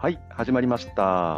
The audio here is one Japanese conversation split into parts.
はい、始まりました。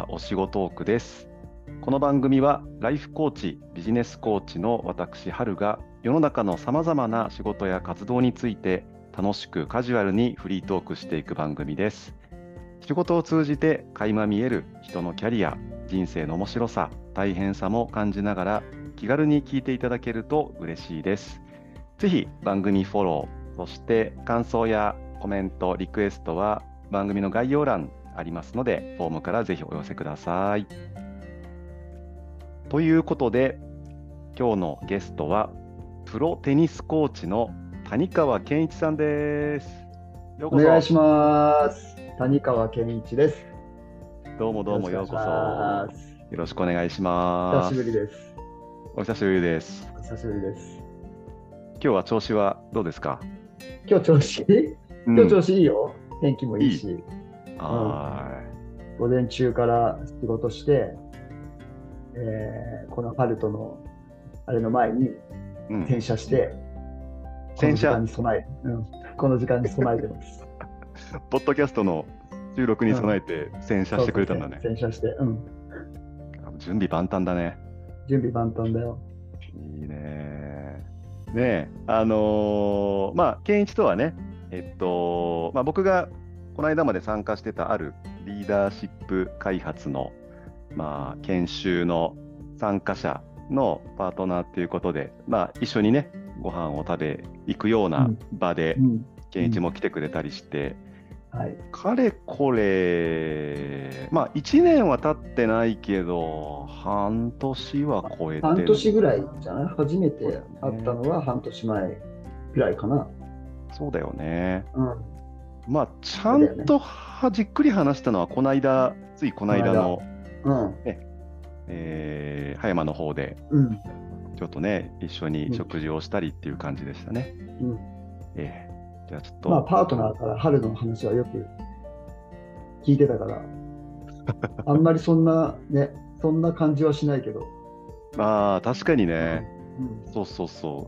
お仕事トークです。この番組はライフコーチ、ビジネスコーチの私、春が世の中のさまざまな仕事や活動について楽しくカジュアルにフリートークしていく番組です。仕事を通じて垣間見える人のキャリア、人生の面白さ、大変さも感じながら気軽に聞いていただけると嬉しいです。ぜひ番組フォロー、そして感想やコメント、リクエストは番組の概要欄ありますので、フォームからぜひお寄せください。ということで、今日のゲストは、プロテニスコーチの谷川健一さんです。ようこそ。 お願いします。谷川健一です。 どうもどうもようよろしくお願いしこそ。 ます。 よろしくお願いし久します。 ぶりです。 お久しぶりです。 お久しぶりです。 今日は調子はどうですか？ 今日調子いい？今日調うん、 子いいよ。天気もいいいい。 し。うん。 は午前中から仕事して、このハルトのあれの前にい。うん。 洗車して、この時間洗車、 に備え、この時間に備えてます。 ポッドキャストの収録にうん。 備えて洗車してくそうそう、 れたんだね。 洗車して、 準備万端だね。 準備万端だよ。 いいね。ねえ、健一とはね、僕がこの間まで参加してたあるリーダーシップ開発の、研修の参加者のパートナーっていうことで、一緒にね、ご飯を食べ行くようなうん。 場で、 うん。 健一も来てくれたりして、 はい。 かれこれ、1年は経ってないけど、半年は超えて半る。 年ぐらいじゃない？初めてそうだよ会ったね。 のは半年前ぐらいかな。 そうだよね。 うん。 ちゃそうだよね。 んとじっくり話したのは、ついこのこの間。 間の、 うん。 ね、葉山の方で、 うん。 ちょっとね、一緒にうん。 食事をしたりっていう感じでしたね。 うん。 えじゃあちょっまあ、 と、 パートナーから春の話はよく聞いてたから、あんまりそんなね、そんな感じはしないけど。 確かにうん。 ね、 うん。 そうそうそう、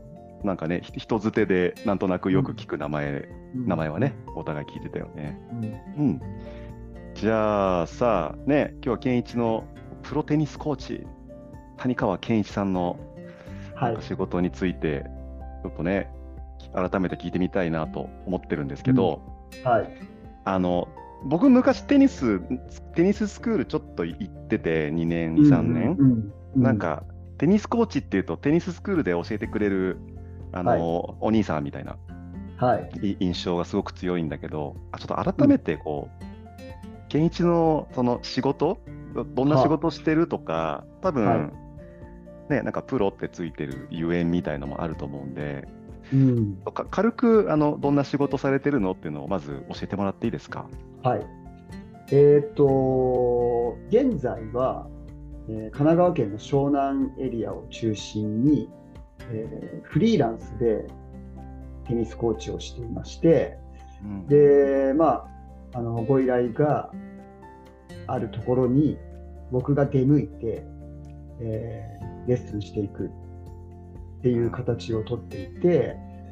なんかね、人づてでなんとなくうん。 よく聞くうん。 名前はね、お互い聞いてたよね。 うん。 うん。じゃあさ、ね、今日は健一のプロテニスコーチ、谷川健一さんのなんかはい。 仕事について、ちょっとね、改めて聞いてみたいなと思ってるんですうん。 けど、 はい。 あの、僕昔テニススクールちょっと行ってて、2年、2、 うん。 3年。 うん。うん。 なんか、テニスコーチっていうと、テニススクールで教えてくれる、 はい。 お兄さんみたいなはい。 印象がすごく強いんだけど、ちょっとうん。 改めて健一のその仕事、どんな仕は。 事してるとか、多はい。 分、ね、なんかプロってついてるゆえんみたいのもあると思うんで、 うん。 軽くどんな仕事されてるのっていうのをまず教えてもらっていいですか？ はい。現在は、神奈川県の湘南エリアを中心に、フリーランスでテニスコーチをしていまして、 うん。 で、ご依頼があるところに僕が出向いて、レッスンしていくっていううん。 形をとっていて、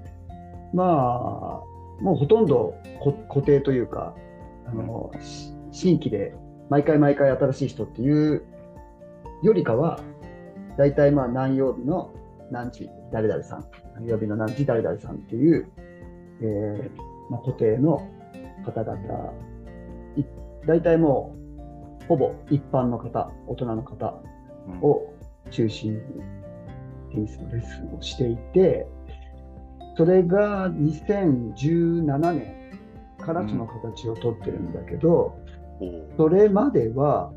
もうほとんど固定というか、 うん。 新規で毎回毎回新しい人っていうよりかは、大体何曜日の何時誰々さん、何曜日の何時誰々さんっていう、固定の方々、大体もうほぼ一般の方、大人の方うん。 を中心にテニスのレッスンをしていて、それが2017年からそのうん。 形をとってるんだけど、 おー。 それまでは、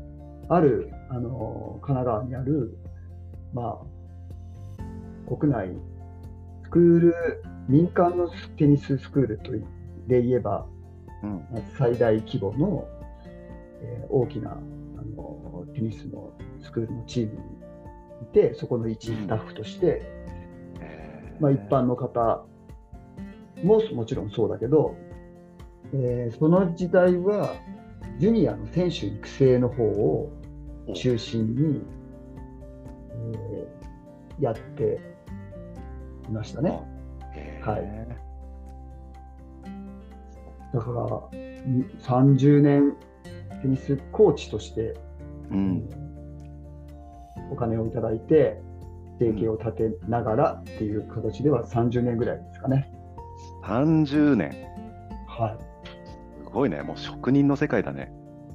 神奈川にある、ま国内スクール、民間のテニススクールで言えば、 うん。 最大規模の、大きなテニスのスクールのチームにいて、そこの一スタッうん。 フとして、一え般の方ももちろんそうだけど、その時代はジュニアの選手育成の方をおー。 中心に、やっていましたね。 あ、 はい。 へだから30年テニスコーチとして、お金をいただいて生計を立てながらっていう形では30年ぐらいですかね。 30年。 はい。 すごいね。もう職人の世界だね。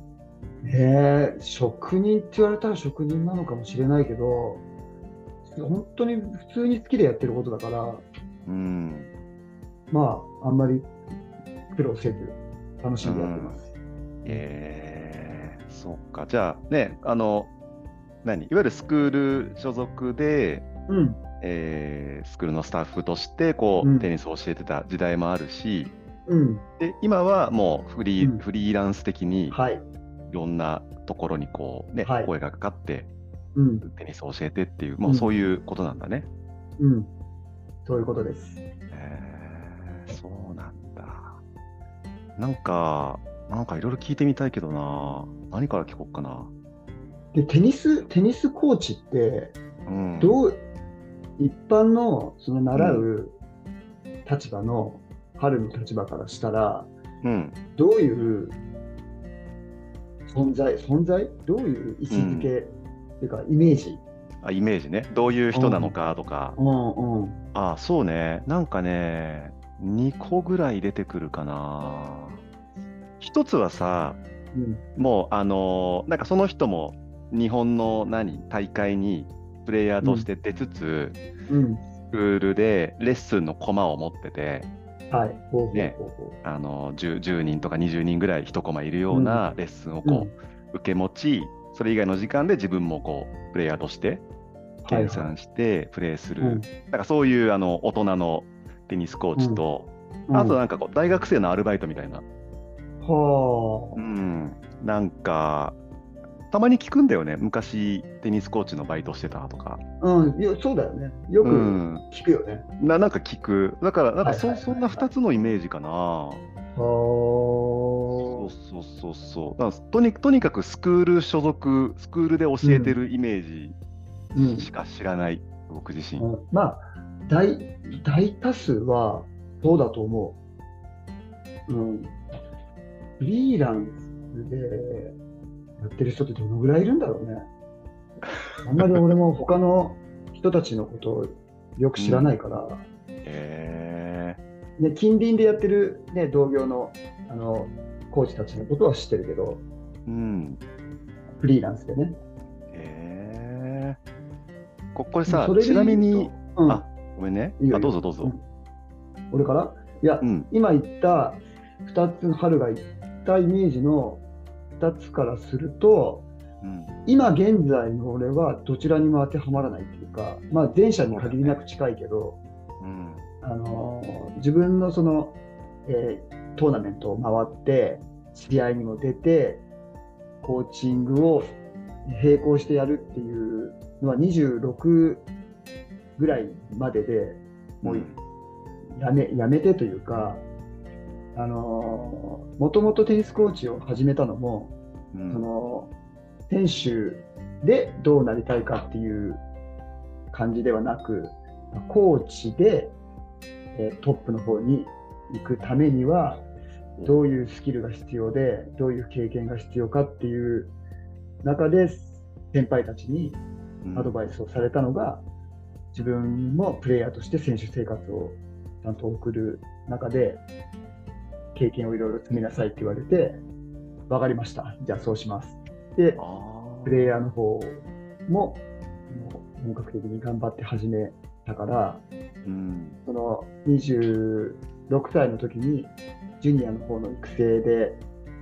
職人って言われたら職人なのかもしれないけど、本当に普通に好きでやってることだから、まああんまり苦労せず楽しんでやってます。 そうか。じゃあね、いわゆるスクール所属で、スクールのスタッフとしてテニスを教えてた時代もあるし、で今はもうフリーランス的にいろんなところに声がかかって、テニスを教えてっていう、もうそういうことなんだね。 そういうことです。 そうなんだ。なんかいろいろ聞いてみたいけどな。何から聞こうかな。 で、テニスコーチって、一般のその習う立場の、春の立場からしたら、どういう存在どういう位置づけっていうか、イメージ。 イメージね。どういう人なのかとか。そうね。なんかね、2個ぐらい出てくるかな。一つはさ、もうなんかその人も日本の大会にプレイヤーとして出つつ、スクールでレッスンのコマを持ってて、10人とか20人ぐらい1コマいるようなレッスンを受け持ち、それ以外の時間で自分もプレイヤーとして計算してプレーする、なんかそういう大人のテニスコーチと、あとなんか大学生のアルバイトみたいな、なんかたまに聞くんだよね。昔テニスコーチのバイトしてたとか。 そうだよね。よく聞くよね。 なんか聞く。だからなんかそんな2つのイメージかな。そう。だからとにかくスクール所属、スクールで教えてるイメージしか知らない、僕自身。 まあ大多数はそうだと思う。フリーランスでやってる人ってどのぐらいいるんだろうね。あんまり俺も他の人たちのことをよく知らないから、近隣でやってる、同業の、コーチたちのことは知ってるけど、フリーランスでね。 これさ、ちなみに、ごめんね。どうぞ。 俺から？いや、今言った2つ、春が言ったイメージの2つからすると、今現在の俺はどちらにも当てはまらないっていうか、前者に限りなく近いけど、自分のその、トーナメントを回って試合にも出てコーチングを並行してやるっていうのは26ぐらいまででもうやめてというか、もともとテニスコーチを始めたのも、その選手でどうなりたいかっていう感じではなく、コーチで、トップの方に行くためにはどういうスキルが必要でどういう経験が必要かっていう中で先輩たちにアドバイスをされたのが、自分もプレイヤーとして選手生活をちゃんと送る中で経験をいろいろ積みなさいって言われて、分かりました、じゃあそうしますで、プレイヤーの方も本格的に頑張って始めたから、その26歳の時にジュニアの方の育成で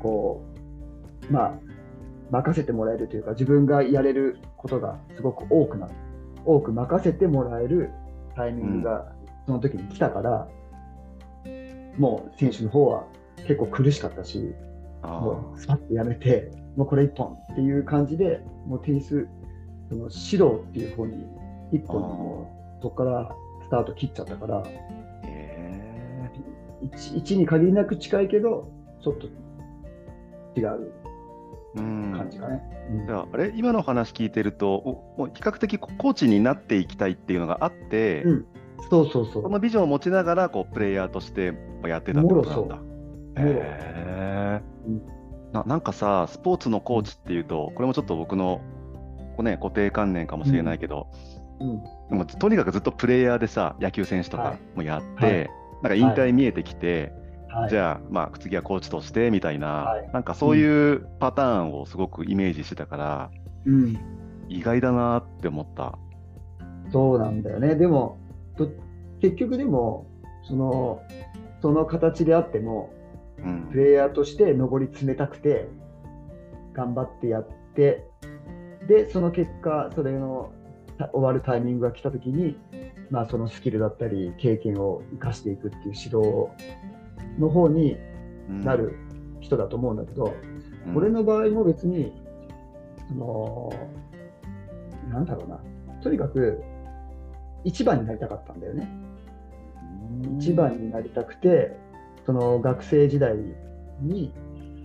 任せてもらえるというか、自分がやれることがすごく多く任せてもらえるタイミングがその時に来たから、もう選手の方は結構苦しかったし、もうスパッとやめて、もうこれ一本っていう感じで、もうテニスその指導っていう方に一本もそこからスタート切っちゃったから、1に限りなく近いけどちょっと違う感じかね。 じゃあ、今の話聞いてると、もう比較的コーチになっていきたいっていうのがあって、 そうそのビジョンを持ちながらプレイヤーとしてやってたってことなんだ。 なんかさ、スポーツのコーチっていうと、これもちょっと僕の固定観念かもしれないけど、 うん、 でもとにかくずっとプレイヤーでさ、野球選手とかはい、 もやっはい、 て、なんか引はい、 退見えてきて、 はい、 じゃあ、まあ、次はコーチとしてみたいな、 はい、 なんかそううん、 いうパターンをすごくイメージしてたから、 うん、 意外だなって思った。 そうなんだよね。でも、と結局でも、その、その形であっても、 うん。 プレイヤーとして上り詰めたくて、頑張ってやって、で、その結果、それの終わるタイミングが来たときに、まあ、そのスキルだったり、経験を生かしていくっていう指導の方にうん。 なる人だと思うんだけど、 うん。 俺の場合も別に、その、なんだろうな、とにかく一番になりたかったんだよね。一番になりたくて、その学生時代に、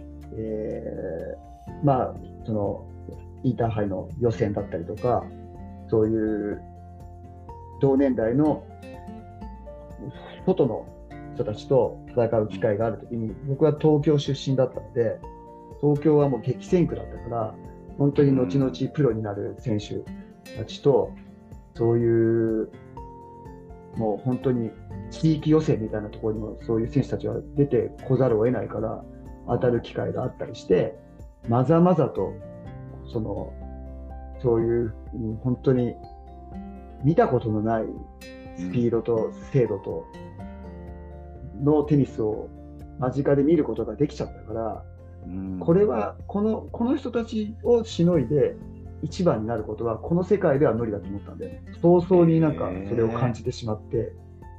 まあ、そのインターハイの予選だったりとか、そういう同年代の外の人たちと戦う機会があるときに、僕は東京出身だったので、東京はもう激戦区だったから、本当うに後々 ん。 プロになる選手たちと、そういうもう本当に地域予選みたいなところにもそういう選手たちは出てこざるを得ないから当たる機会があったりして、まざまざとそのそういう本当に見たことのないスピーうん。 ドと精度とのテニスを間近で見ることができちゃったから、 うん。 これはこの人たちをしのいで一番になることはこの世界では無理だと思ったんで、早々になんかそれを感ええ。 じてしまって、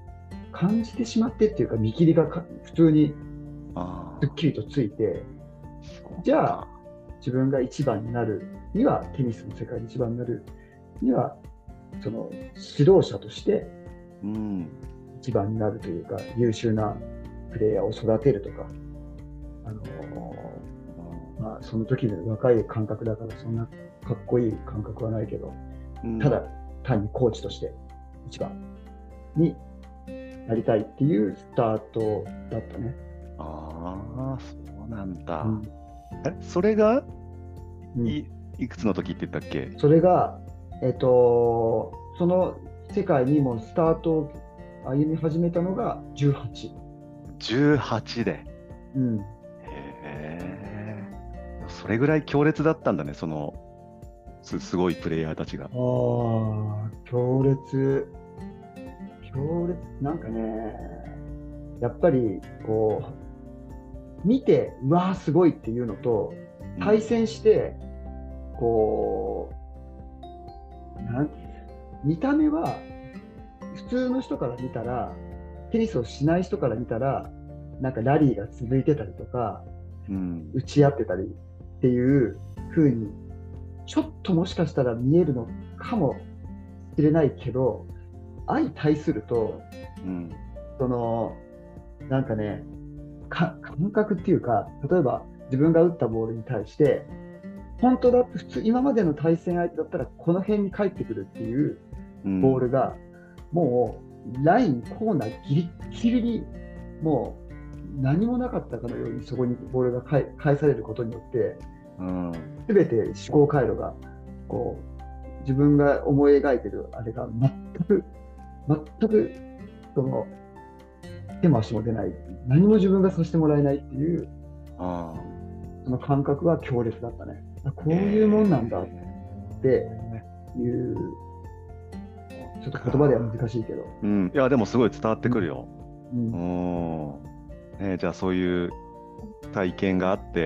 っていうか見切りが普通にすっあきりとついて、 あ、そうじゃあか。 自分が一番になるには、テニスの世界で一番になるには、その指導者としてうん。 一番になるというか、優秀なプレイヤーを育てるとか、あのまあ、その時の若い感覚だからそんなかっこいい感覚はないけど、 うん。 ただ単にコーチとして一番になりたいっていうスタートだったね。 ああ、そうなんだ。 うん、 それがうん、 い、いくつの時って言ったっけ？ それが、その世界にもスタートを歩み始めたのが18。 18で。 うん、 へえ。それぐらい強烈だったんだね、すごいプレイヤーたちが。 ああ、強烈、強烈、なんかね、やっぱりこう、見て、うわーすごいっていうのと、対うん。 戦して、こなん見た目は普通の人から見たら、テニスをしない人から見たら、なんかラリーが続いてたりとか、 うん。 打ち合ってたりっていう風に、ちょっともしかしたら見えるのかもしれないけど、相対すると、 うん。 その、なんかね、感覚っていうか、例えば自分が打ったボールに対して、本当だって普通、今までの対戦相手だったらこの辺に返ってくるっていううん。 ボールが、もうライン、コーナーギリッギリに、もう何もなかったかのようにそこにボールが返されることによって、 うん。 すべて思考回路が、こう、自分が思い描いてるあれがく、全く、その、手も足も出ない、何も自分がさせてもらえないっていう、 ああ。 その感覚は強烈だったね。こういうもんなんだっえてえ。 いう、ちょっと言葉ではか。 難しいけど、 うん。いや、でもすごい伝わってうん、 くるよ。ううん、 ん。じゃあそういう体験があって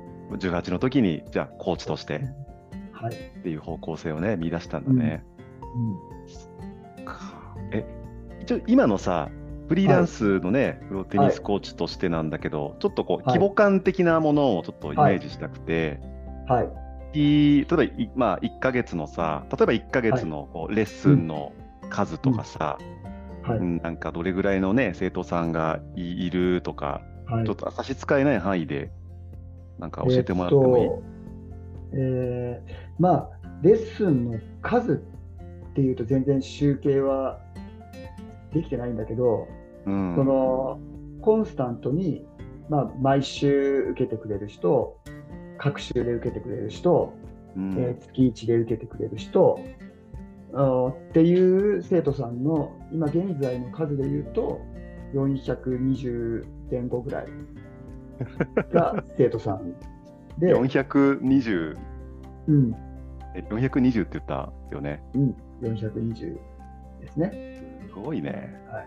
、18の時に、じゃあコーチとしてはい、 っていう方向性をね、見出したんうん、 だね。 うん、 か。一応今のさ、フリーランはい、 スのね、プロテニはい、 スコーチとしてなんだけど、ちょっと規はい、 模感的なものをちょっとイはい、 メージしたくて、 はい、 例えばまあ、1ヶ月のさ、例えば1ヶはい、 月のレッうん、 スンの数とかうん、 さ、 はい、 なんかどれぐらいのね、生徒さんがいるとか、 はい。 ちょっと差し支えない範囲で、なんか教ええーってもらってもいい？ と、まあ、レッスンの数っていうと全然集計はできてないんだけど、そうん。 のコンスタントに、まあ、毎週受けてくれる人、 各週で受けてくれる人、 うん月1で受けてくれる人っていう生徒さんの今現在の数でいうと420前後ぐらいが生徒さんで、 420、 うん、 420って言ったよね。 うん、420ですね。 すごいね。 はい。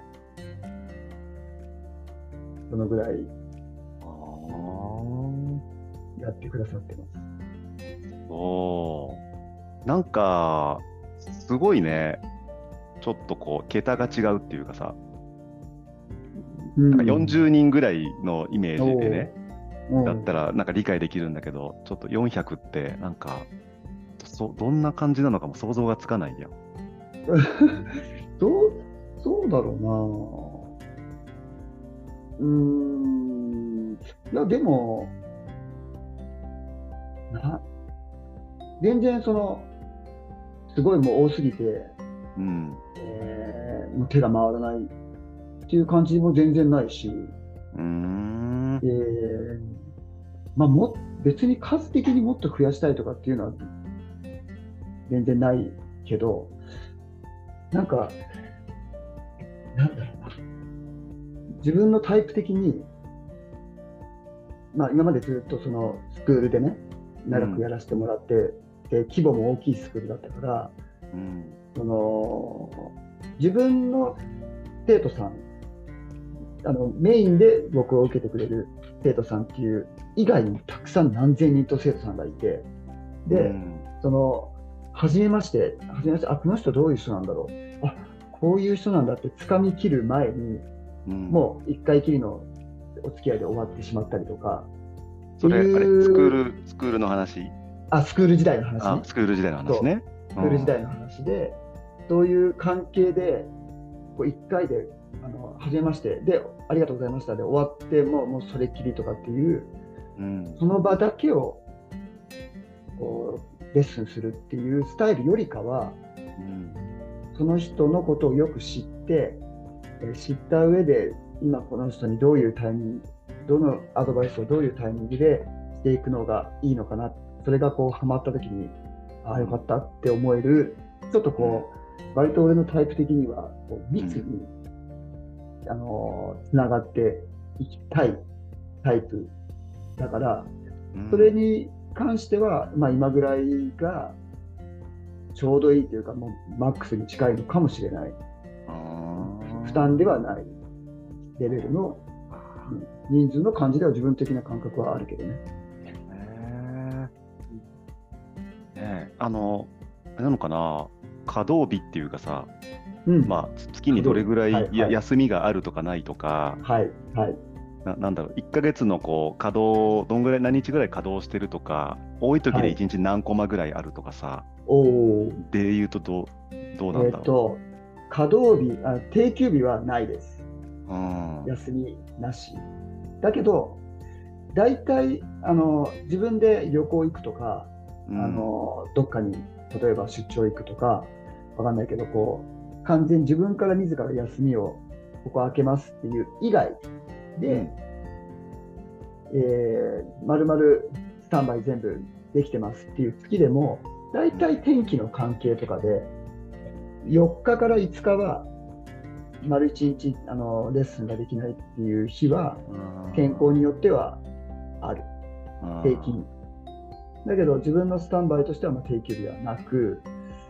そのぐらいあやってくださってます。 なんか、すごいね。ちょっとこう、桁が違うっていうかさ、なんか40人ぐらいのイメージでね、だったらなんか理解できるんだけど、ちょっと400ってなんか、どんな感じなのかも想像がつかないやん。 そうだろうな。いや、でも、全然すごいもう多すぎて、もう手が回らないっていう感じも全然ないし、まあ、別に数的にもっと増やしたいとかっていうのは全然ないけど、なんだろうな、自分のタイプ的に、まあ、今までずっとスクールでね、長くやらせてもらって、で規模も大きいスクールだったから、自分の生徒さん、メインで僕を受けてくれる生徒さんっていう以外にたくさん何千人と生徒さんがいて、で、初めまして、この人どういう人なんだろう、こういう人なんだって掴み切る前に、もう一回きりのお付き合いで終わってしまったりとか。 それ、スクールの話？ スクール時代の話ね。 スクール時代の話ね。 スクール時代の話で、そういう関係で、1回で、初めまして、で、ありがとうございましたで終わって、もうそれっきりとかっていう、その場だけをレッスンするっていうスタイルよりかは、その人のことをよく知った上で、今この人にどういうタイミング、どのアドバイスをどういうタイミングでしていくのがいいのかな、それがハマった時に、よかったって思える、ちょっと割と俺のタイプ的には密につながっていきたいタイプだから、それに関しては、今ぐらいがちょうどいいというか、もうマックスに近いのかもしれない。負担ではないレベルの人数の感じでは自分的な感覚はあるけどね。 あれなのかな、稼働日っていうかさ、月にどれぐらい休みがあるとかないとか、なんだろう、1ヶ月の稼働、どんぐらい、何日ぐらい稼働してるとか、多い時で1日何コマぐらいあるとかさ、でいうとどうなんだろう。 稼働日、定休日はないです。休みなし。だけど、大体自分で旅行行くとか、どっかに例えば出張行くとかわかんないけど、完全に自分から自ら休みをここ開けますっていう以外で、丸々スタンバイ全部できてますっていう月でも、大体天気の関係とかで4日から5日は丸1日レッスンができないっていう日は天候によってはある、平均だけど、自分のスタンバイとしては定休日はなく、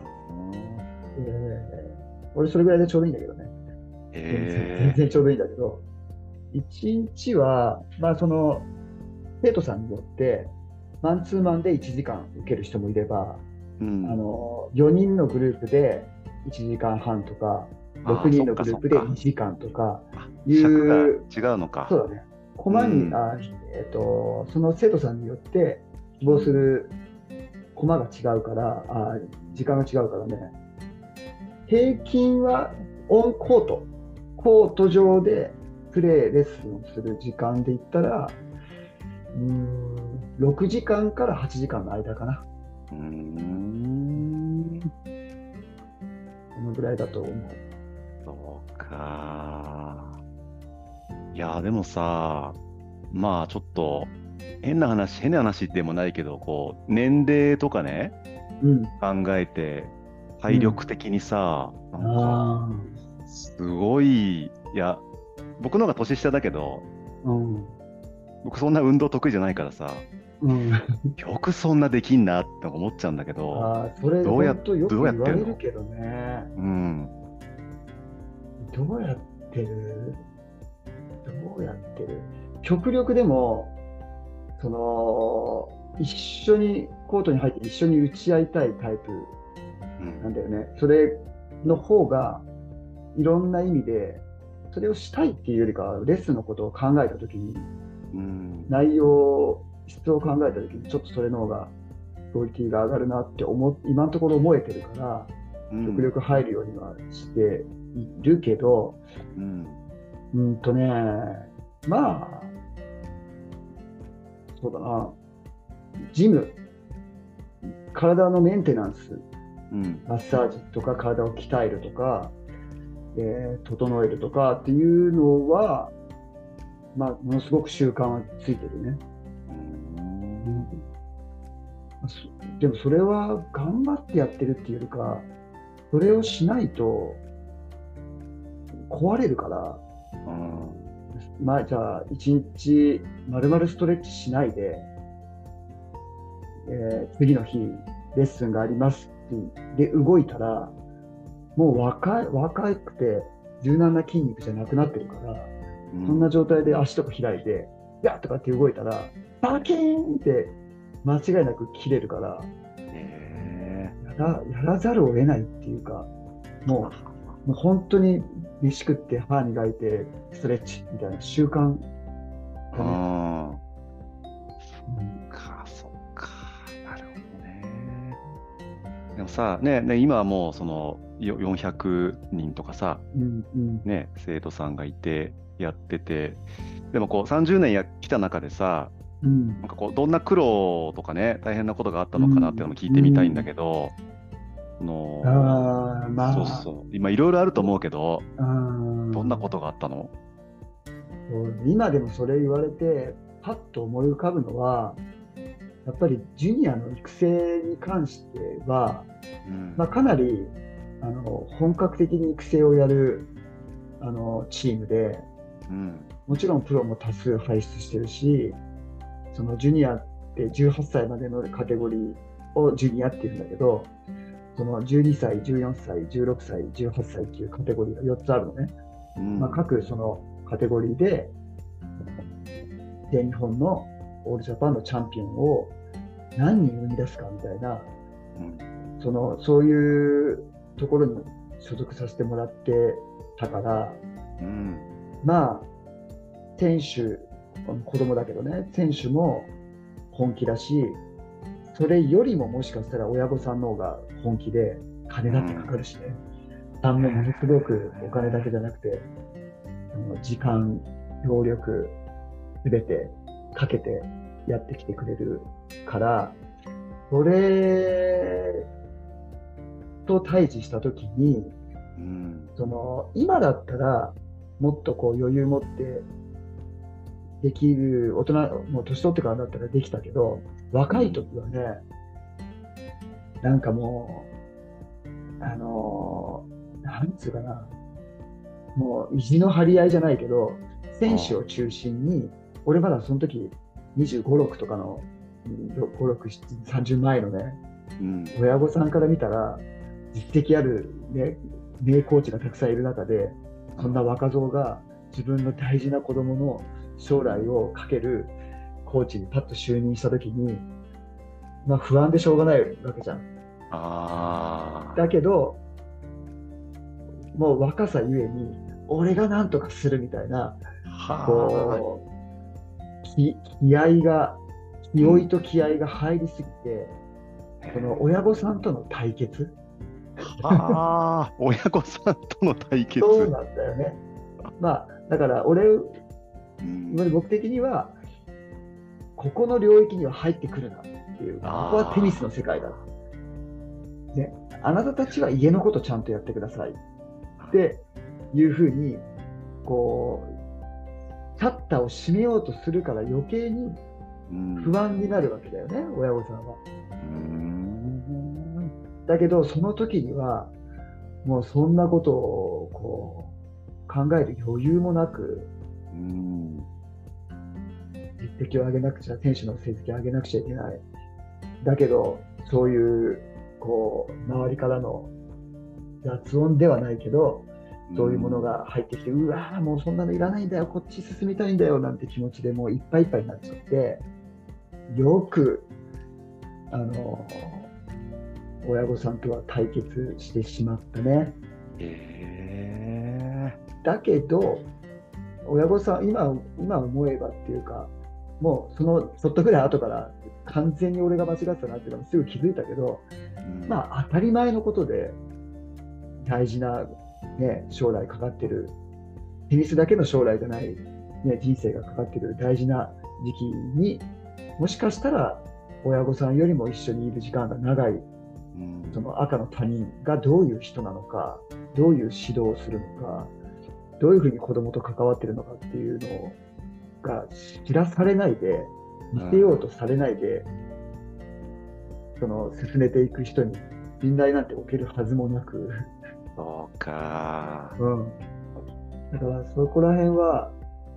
俺それぐらいでちょうどいいんだけどね。全然ちょうどいいんだけど、1日は、その生徒さんによってマンツーマンで1時間受ける人もいれば、4人のグループで1時間半とか、6人のグループで2時間とかいう、 尺が違うのか。 そうだね。コマに、その生徒さんによって希望するコマが違うから、時間が違うからね、平均はコート上でレッスンをする時間で言ったら、6時間から8時間の間かな。このぐらいだと思う。 そうか。いや、でもさ、ちょっと変な話でもないけど、こう、年齢とかね、 うん。 考えて、体うん。 力的にさ、なんか、 あすごい、僕の方が年下だけど、 あ、うん。 僕そんな運動得意じゃないからさ、 うん。 よくそんなできんなって思っちゃうんだけど、 ああ、それどうや、 本当よどうやく言ってんの？ われるけどね。 うん。 どうやってるどうやってる極力でも、一緒にコートに入って一緒に打ち合いたいタイプうん。 なんだよね。それの方がいろんな意味で、それをしたいっていうよりかは、レッスンのことを考えたときに、 うん。 内容、質を考えたときに、ちょっとそれの方がクオリティが上がるなって今のところ思えてるから、極うん。 力入るようにはしているけど、 うん。 うんとね、まあ、そうだな、ジム、体のメンテナンス、 うん。 マッサージとか体を鍛えるとか、整えるとかっていうのは、まあ、ものすごく習慣はついてるね。 ううん、 ん。 でもそれは頑張ってやってるっていうよりか、それをしないと壊れるから、 うん。 まあ、じゃあ一日丸々ストレッチしないで、次の日レッスンがありますってで動いたら、もう若くて柔軟な筋肉じゃなくなってるから、そんなうん。 状態で足とか開いて、やっとかって動いたら、バキーンって間違いなく切れるから、 えやらざるを得ないっていうか、ももう本当に飯食って歯磨いてストレッチみたいな習慣うだね。 ん。 うん。 そっか。なるほどね。でもさ、今はもう400人とかさ、 うん。うん。 生徒さんがいてやってて、でもこう30年来た中でさ、 うん。 なんかこうどんな苦労とかね、大変なことがあったうのかなっていうのもん。 聞いうてみたいんだん。 けど、あのああ、 そうまあ、 そう、今いろいろあると思うけど、 うどんなこん。 とがあったの？ 今でもそれ言われて、パッと思い浮かぶのは、やっぱりジュニアの育成に関しては、 うん、 まあ、かなり本格的に育成をやるチームで、 うん、 もちろんプロも多数輩出してるし、そのジュニアって18歳までのカテゴリーをジュニアっていうんだけど、その12歳、14歳、16歳、18歳っていうカテゴリーが4つあるのね。まあ、 うん、 各そのカテゴリーで全日本のオールジャパンのチャンピオンを何人生み出すかみたいな、 うん、 そういうところに所属させてもらってたから、 うん、 まあ、選手、子供だけどね、選手も本気だし、それよりももしかしたら親御さんの方が本気で、金だってかかるしね。ものすごくお金だけじゃなくて、時間、労力、すべてかけてやってきてくれるから、それと対峙したときに、 うん、 今だったら、もっとこう余裕持ってできる、大人、もう年取ってからだったらできたけど、若いうん、 時はね、なんかもう、なんつうかな、もう意地の張り合いじゃないけど、選手をあ中心に、俺まだその時25、6とかの、5、6、30前のね、 うん、 親御さんから見たら、実績ある、ね、名コーチがたくさんいる中で、そんな若造が自分の大事な子供の将来をかけるコーチにパッと就任した時に、まあ不安でしょうがないわけじゃん。 あだけど、もう若さゆえに、俺が何とかするみたいな、 はあ、 こ気合が、気負いうん、 と気合が入りすぎて、 へその親御え、 さんとの対決、 はあ、親御さんとの対決。 そうなんだよね。まあ、だからうん、 僕的には、ここの領域には入ってくるなっていう、ここはテニスのあ世界だ。ね、あなたたちは家のことちゃんとやってくださいっあ、 ていうふうに、こシャッターを閉めようとするから余計に不安になるわけだよね、親御さんは。 うん。 だけど、その時には、もうそんなことをこう考える余裕もなく、 うん。 実績を上げなくちゃ、選手の成績を上げなくちゃいけない。だけど、そういうこう周りからの雑音ではないけど、そういうものが入ってきて、うわー、もうそんなのいらないんだよ、こっち進みたいんだよなんて気持ちでもういっぱいいっぱいになっちゃって、よくあの親御さんとは対決してしまったね。だけど、親御さん、今思えばっていうか、もうそのちょっとぐらい後から完全に俺が間違ってたなっていうのはすぐ気づいたけど、まあ当たり前のことで、大事な、ね、将来かかってる、テニスだけの将来じゃない、ね、人生がかかってる大事な時期に、もしかしたら親御さんよりも一緒にいる時間が長い、その赤の他人がどういう人なのか、どういう指導をするのか、どういうふうに子供と関わってるのかっていうのが知らされないで、見せようとされないで、その進めていく人に信頼なんて置けるはずもなく。 そうか。 だからそこら辺は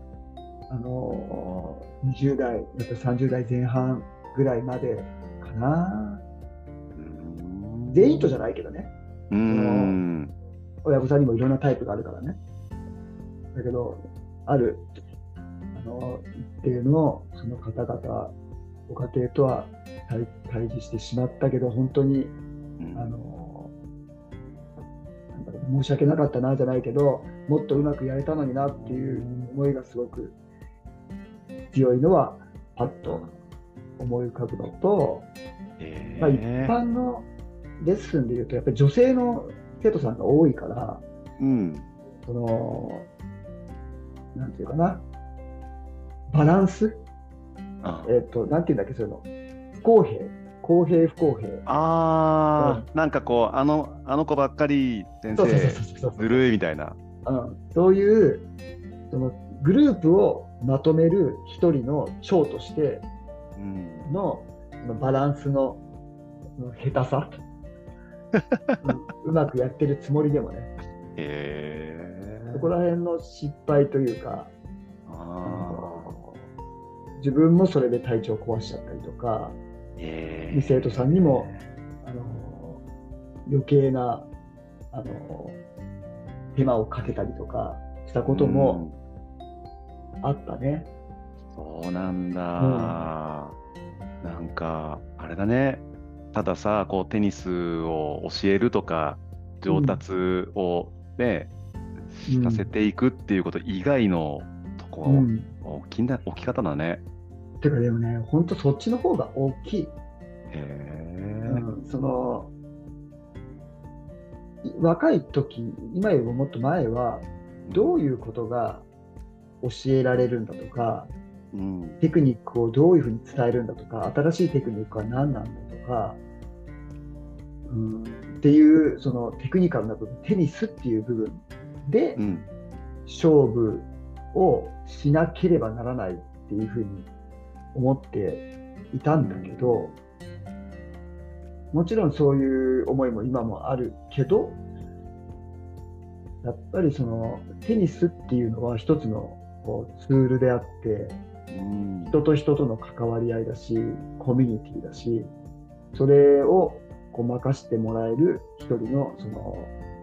20代、やっぱ30代前半ぐらいまでかな。全員とじゃないけどね。親御さんにもいろんなタイプがあるからね。だけど、ある一定のその方々、ご家庭とは対峙してしまったけど、本当に申し訳なかったなじゃないけど、もっとうまくやれたのになっていう思いがすごく強いのはパッと思い浮かぶのと、一般のレッスンでいうとやっぱり女性の生徒さんが多いから、そのなんていうかな、バランス、なんていうんだっけ、そういうの、不公平、公平不公平。 なんかこうあの子ばっかり先生ずるいみたいな、 そういうそのグループをまとめる一人の長としての、そのバランスの下手さ、うまくやってるつもりでもね、そこら辺の失敗というか、自分もそれで体調を壊しちゃったりとか、生徒さんにも余計な手間をかけたりとかしたこともあったね。 そうなんだ。なんかあれだね。たださ、こうテニスを教えるとか上達をね、させていくっていうこと以外のとこが大きかったんだね。 てかでもね、本当そっちの方が大きい。その若い時、今よりももっと前はどういうことが教えられるんだとか、テクニックをどういうふうに伝えるんだとか、新しいテクニックは何なんだとか、っていうそのテクニカルな部分、テニスっていう部分で勝負をしなければならないっていうふうに思っていたんだけど、もちろんそういう思いも今もあるけど、やっぱりそのテニスっていうのは一つのこうツールであって、人と人との関わり合いだし、コミュニティだし、それをこう任せてもらえる一人のその、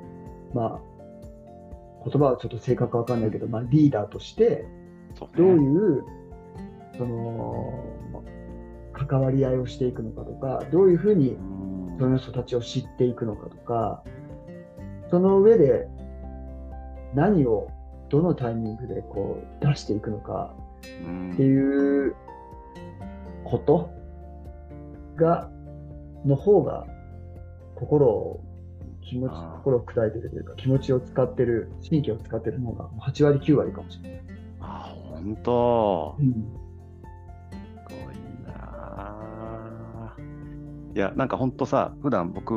言葉はちょっと正確かわかんないけど、リーダーとしてどういうその関わり合いをしていくのかとか、どういうふうにその人たちを知っていくのかとか、その上で何をどのタイミングでこう出していくのかっていうことの方が心を砕いてるというか、気持ちを使ってる、神経を使ってるのが8割9割かもしれない。 本当。すごいな。いや、なんか本当さ、普段僕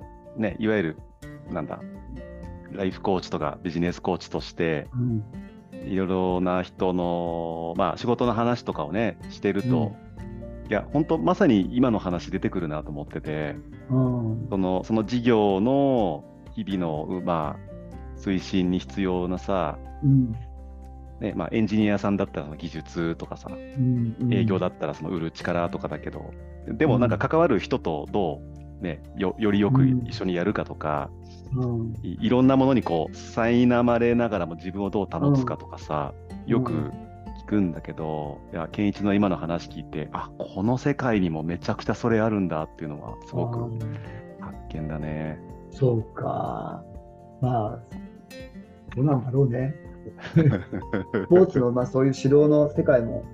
はいわゆるライフコーチとかビジネスコーチとして、 いろいろな人の、まあ、仕事の話とかをね、してると、いや、本当まさに今の話出てくるなと思ってて、その事業の日々の、まあ、推進に必要なさ、ね、まあ、エンジニアさんだったらその技術とかさ、営業だったらその売る力とかだけど、でもなんか関わる人とどう、ね、よりよく一緒にやるかとか、いろんなものにこう苛まれながらも自分をどう保つかとかさ、よく聞くんだけど、いや、健一の今の話聞いて、あ、この世界にもめちゃくちゃそれあるんだっていうのはすごく発見だね。 そうか。まあ、どうなんだろうね。スポーツの、まあ、そういう指導の世界も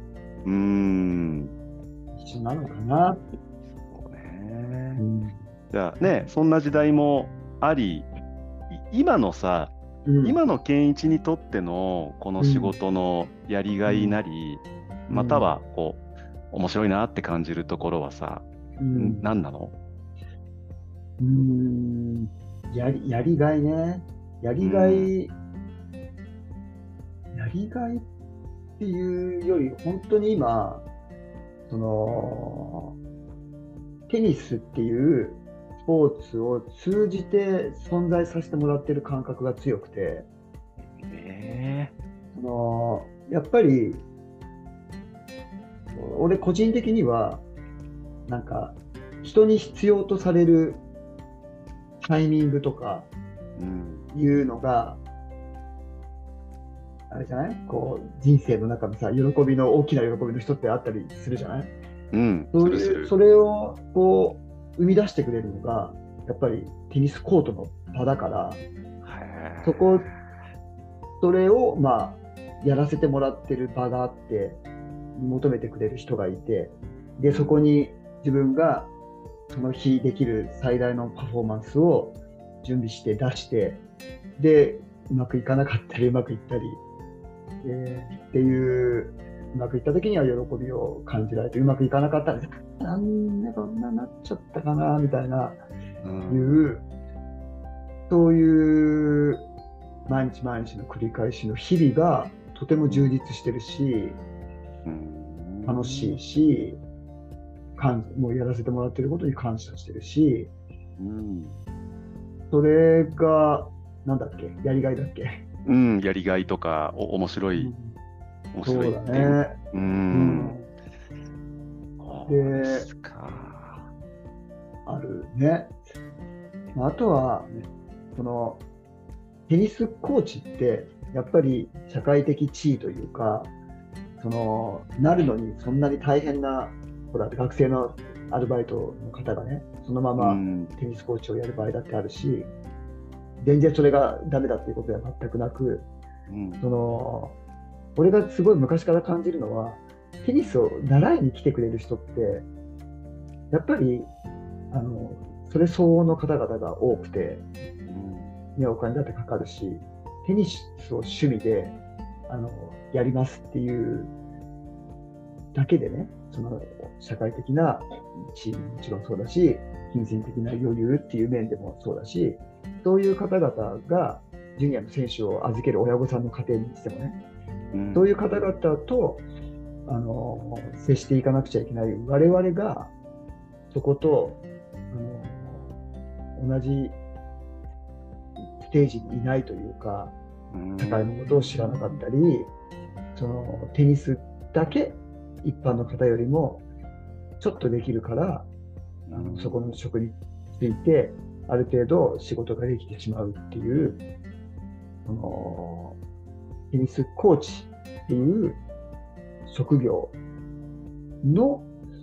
一緒なのかな。 そうね。じゃあね、そんな時代もあり、今のさ、今の健一にとってのこの仕事のやりがいなり、またはこう面白いなって感じるところはさ、何なの？ やりがいね。やりがいっていうより、本当に今、そのテニスっていうスポーツを通じて存在させてもらってる感覚が強くて、やっぱり俺個人的にはなんか人に必要とされるタイミングとかいうのが、あれじゃない？こう人生の中のさ、大きな喜びの人ってあったりするじゃない？それをこう生み出してくれるのがやっぱりテニスコートの場だから、それをまあやらせてもらってる場があって、求めてくれる人がいて、でそこに自分がその日できる最大のパフォーマンスを準備して出して、でうまくいかなかったりうまくいったり、っていう、うまくいった時には喜びを感じられて、うまくいかなかったらなんでこんなになっちゃったかなみたいな、そういう毎日毎日の繰り返しの日々がとても充実してるし、楽しいし、もうやらせてもらってることに感謝してるし、それがなんだっけ、やりがいだっけ。 やりがいとか面白いっていう。 そうだね。で、あるね。あとはそのテニスコーチってやっぱり社会的地位というか、なるのにそんなに大変な、ほら学生のアルバイトの方がね、そのままテニスコーチをやる場合だってあるし、全然それがダメだっていうことでは全くなく、俺がすごい昔から感じるのは、テニスを習いに来てくれる人ってやっぱりそれ相応の方々が多くて、お金だってかかるし、テニスを趣味でやりますっていうだけでね、その社会的な地位ももちろんそうだし、金銭的な余裕っていう面でもそうだし、そういう方々がジュニアの選手を預ける親御さんの家庭にしてもね、そういう方々と接していかなくちゃいけない我々が、そこと同じステージにいないというか、高いものことを知らなかったり、テニスだけ一般の方よりもちょっとできるから、そこの職についてある程度仕事ができてしまうっていう、テニスコーチっていう職業の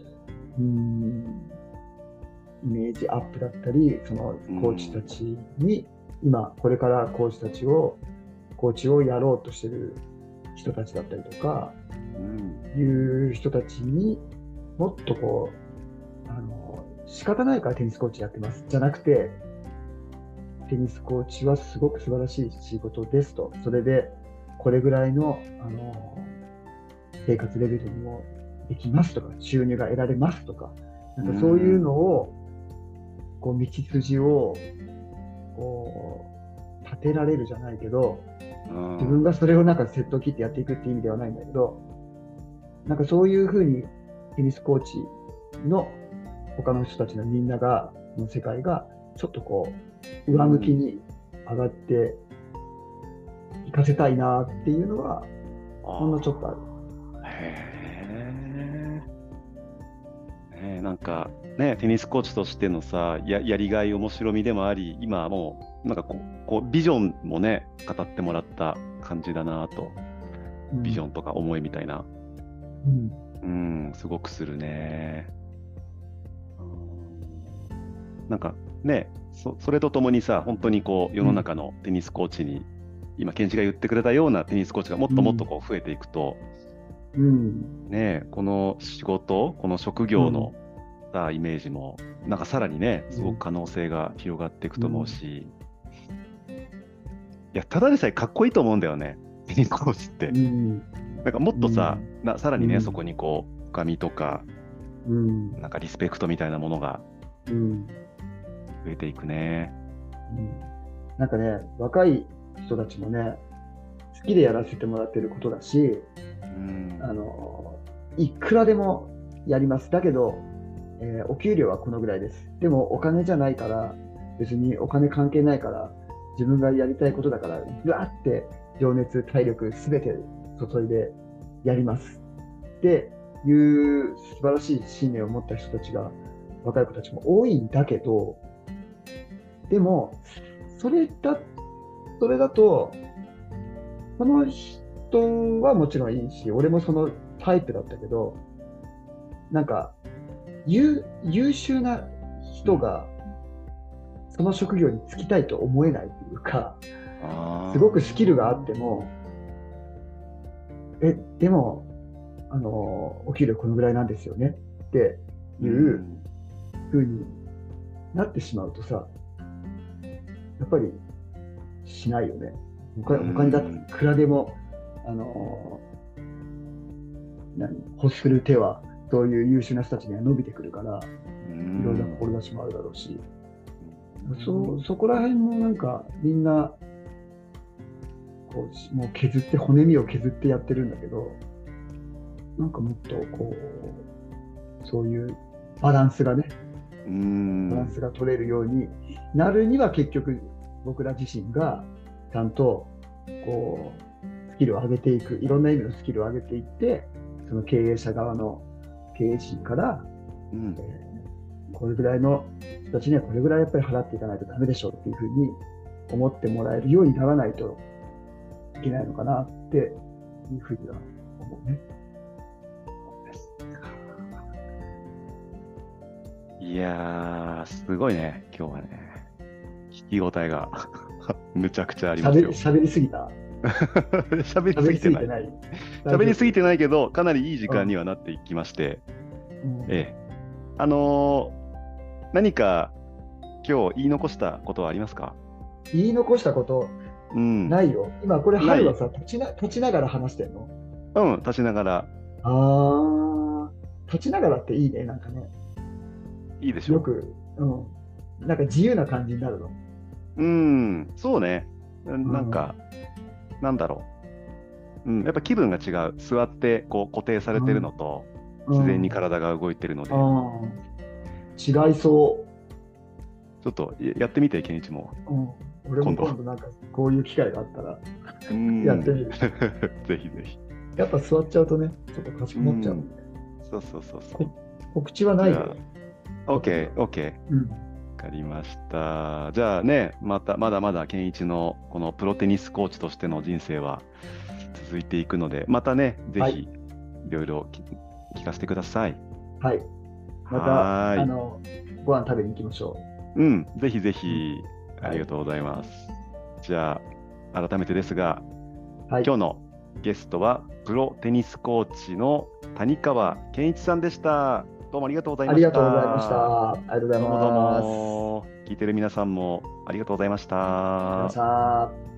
イメージアップだったり、そのコーチたちに、今これからコーチをやろうとしてる人たちだったりとか、いう人たちにもっとこう仕方ないからテニスコーチやってますじゃなくて、テニスコーチはすごく素晴らしい仕事ですと、それでこれぐらいの、生活レベルにもできますとか、収入が得られますとか、なんかそういうのをこう道筋をこう立てられるじゃないけど、 自分がそれをなんかセットを切ってやっていくっていう意味ではないんだけど、なんかそういうふうにテニスコーチの他の人たちのみんなの世界がちょっとこう上向きに上がっていかせたいなっていうのはほんのちょっとある。 なんかね、テニスコーチとしてのさ、やりがい、面白みでもあり、今はもうなんかこうビジョンもね語ってもらった感じだなと、ビジョンとか思いみたいな、すごくするね。なんかね、それとともにさ、本当にこう世の中のテニスコーチに、今ケンジが言ってくれたようなテニスコーチがもっともっとこう増えていくと、ね、この仕事、この職業のイメージもなんかさらにね、すごく可能性が広がっていくと思うし、いや、ただでさえかっこいいと思うんだよね、テニスコーチって。なんかもっとさ、さらにね、そこにこう深みとか、なんかリスペクトみたいなものが増えていくね。 なんかね、若い人たちもね、好きでやらせてもらってることだし、いくらでもやります。だけど、お給料はこのぐらいです。でもお金じゃないから、別にお金関係ないから、自分がやりたいことだから、ぐわって情熱、体力、すべて注いでやります。っていう素晴らしい信念を持った人たちが、若い子たちも多いんだけど、でも、それだと、その人はもちろんいいし、俺もそのタイプだったけど、なんか、優秀な人がその職業に就きたいと思えないというか、すごくスキルがあっても、でもお給料このぐらいなんですよねっていう風になってしまうとさ、やっぱりしないよね。他にだっていくらでも欲する手はそういう優秀な人たちには伸びてくるから、いろいろな志もあるだろうし、そこら辺もなんかみんなこうもう骨身を削ってやってるんだけど、なんかもっとこうそういうバランスが取れるようになるには、結局僕ら自身がちゃんとこうスキルを上げていく、いろんな意味のスキルを上げていって、その経営者側の経営陣から、これぐらいの人たちにはこれぐらいやっぱり払っていかないとダメでしょうっていうふうに思ってもらえるようにならないといけないのかなっていうふうには思うね。 いやー、すごいね、今日はね。聞き応えがむちゃくちゃありますよ。 喋りすぎた喋りすぎてない。喋りすぎてないけど、かなりいい時間にはなっていきまして。何か今日言い残したことはありますか？ 言い残したこと、ないよ。今これ、春はさ、立ちながら話してんの？ 立ちながら。 立ちながらっていいね、なんかね。 いいでしょ。 よく、なんか自由な感じになるの。 そうね。なんか、なんだろう。やっぱ気分が違う。座ってこう固定されてるのと、自然に体が動いてるので。 違いそう。 ちょっとやってみて、ケンイチも。 俺も今度なんかこういう機会があったらやってみる。 ぜひぜひ。 やっぱ座っちゃうとね、ちょっとかしこまっちゃう。 そう。 告知はないよ。 OK。わかりました。じゃあね、まだまだケンイチのこのプロテニスコーチとしての人生は続いていくので、またね、ぜひいろいろ聞かせてください。 はい。またご飯食べに行きましょう。ぜひぜひ、ありがとうございます。じゃあ改めてですが、今日のゲストはプロテニスコーチの谷川健一さんでした。どうもありがとうございました。 ありがとうございました。ありがとうございます。 どうも聞いてる皆さんもありがとうございました。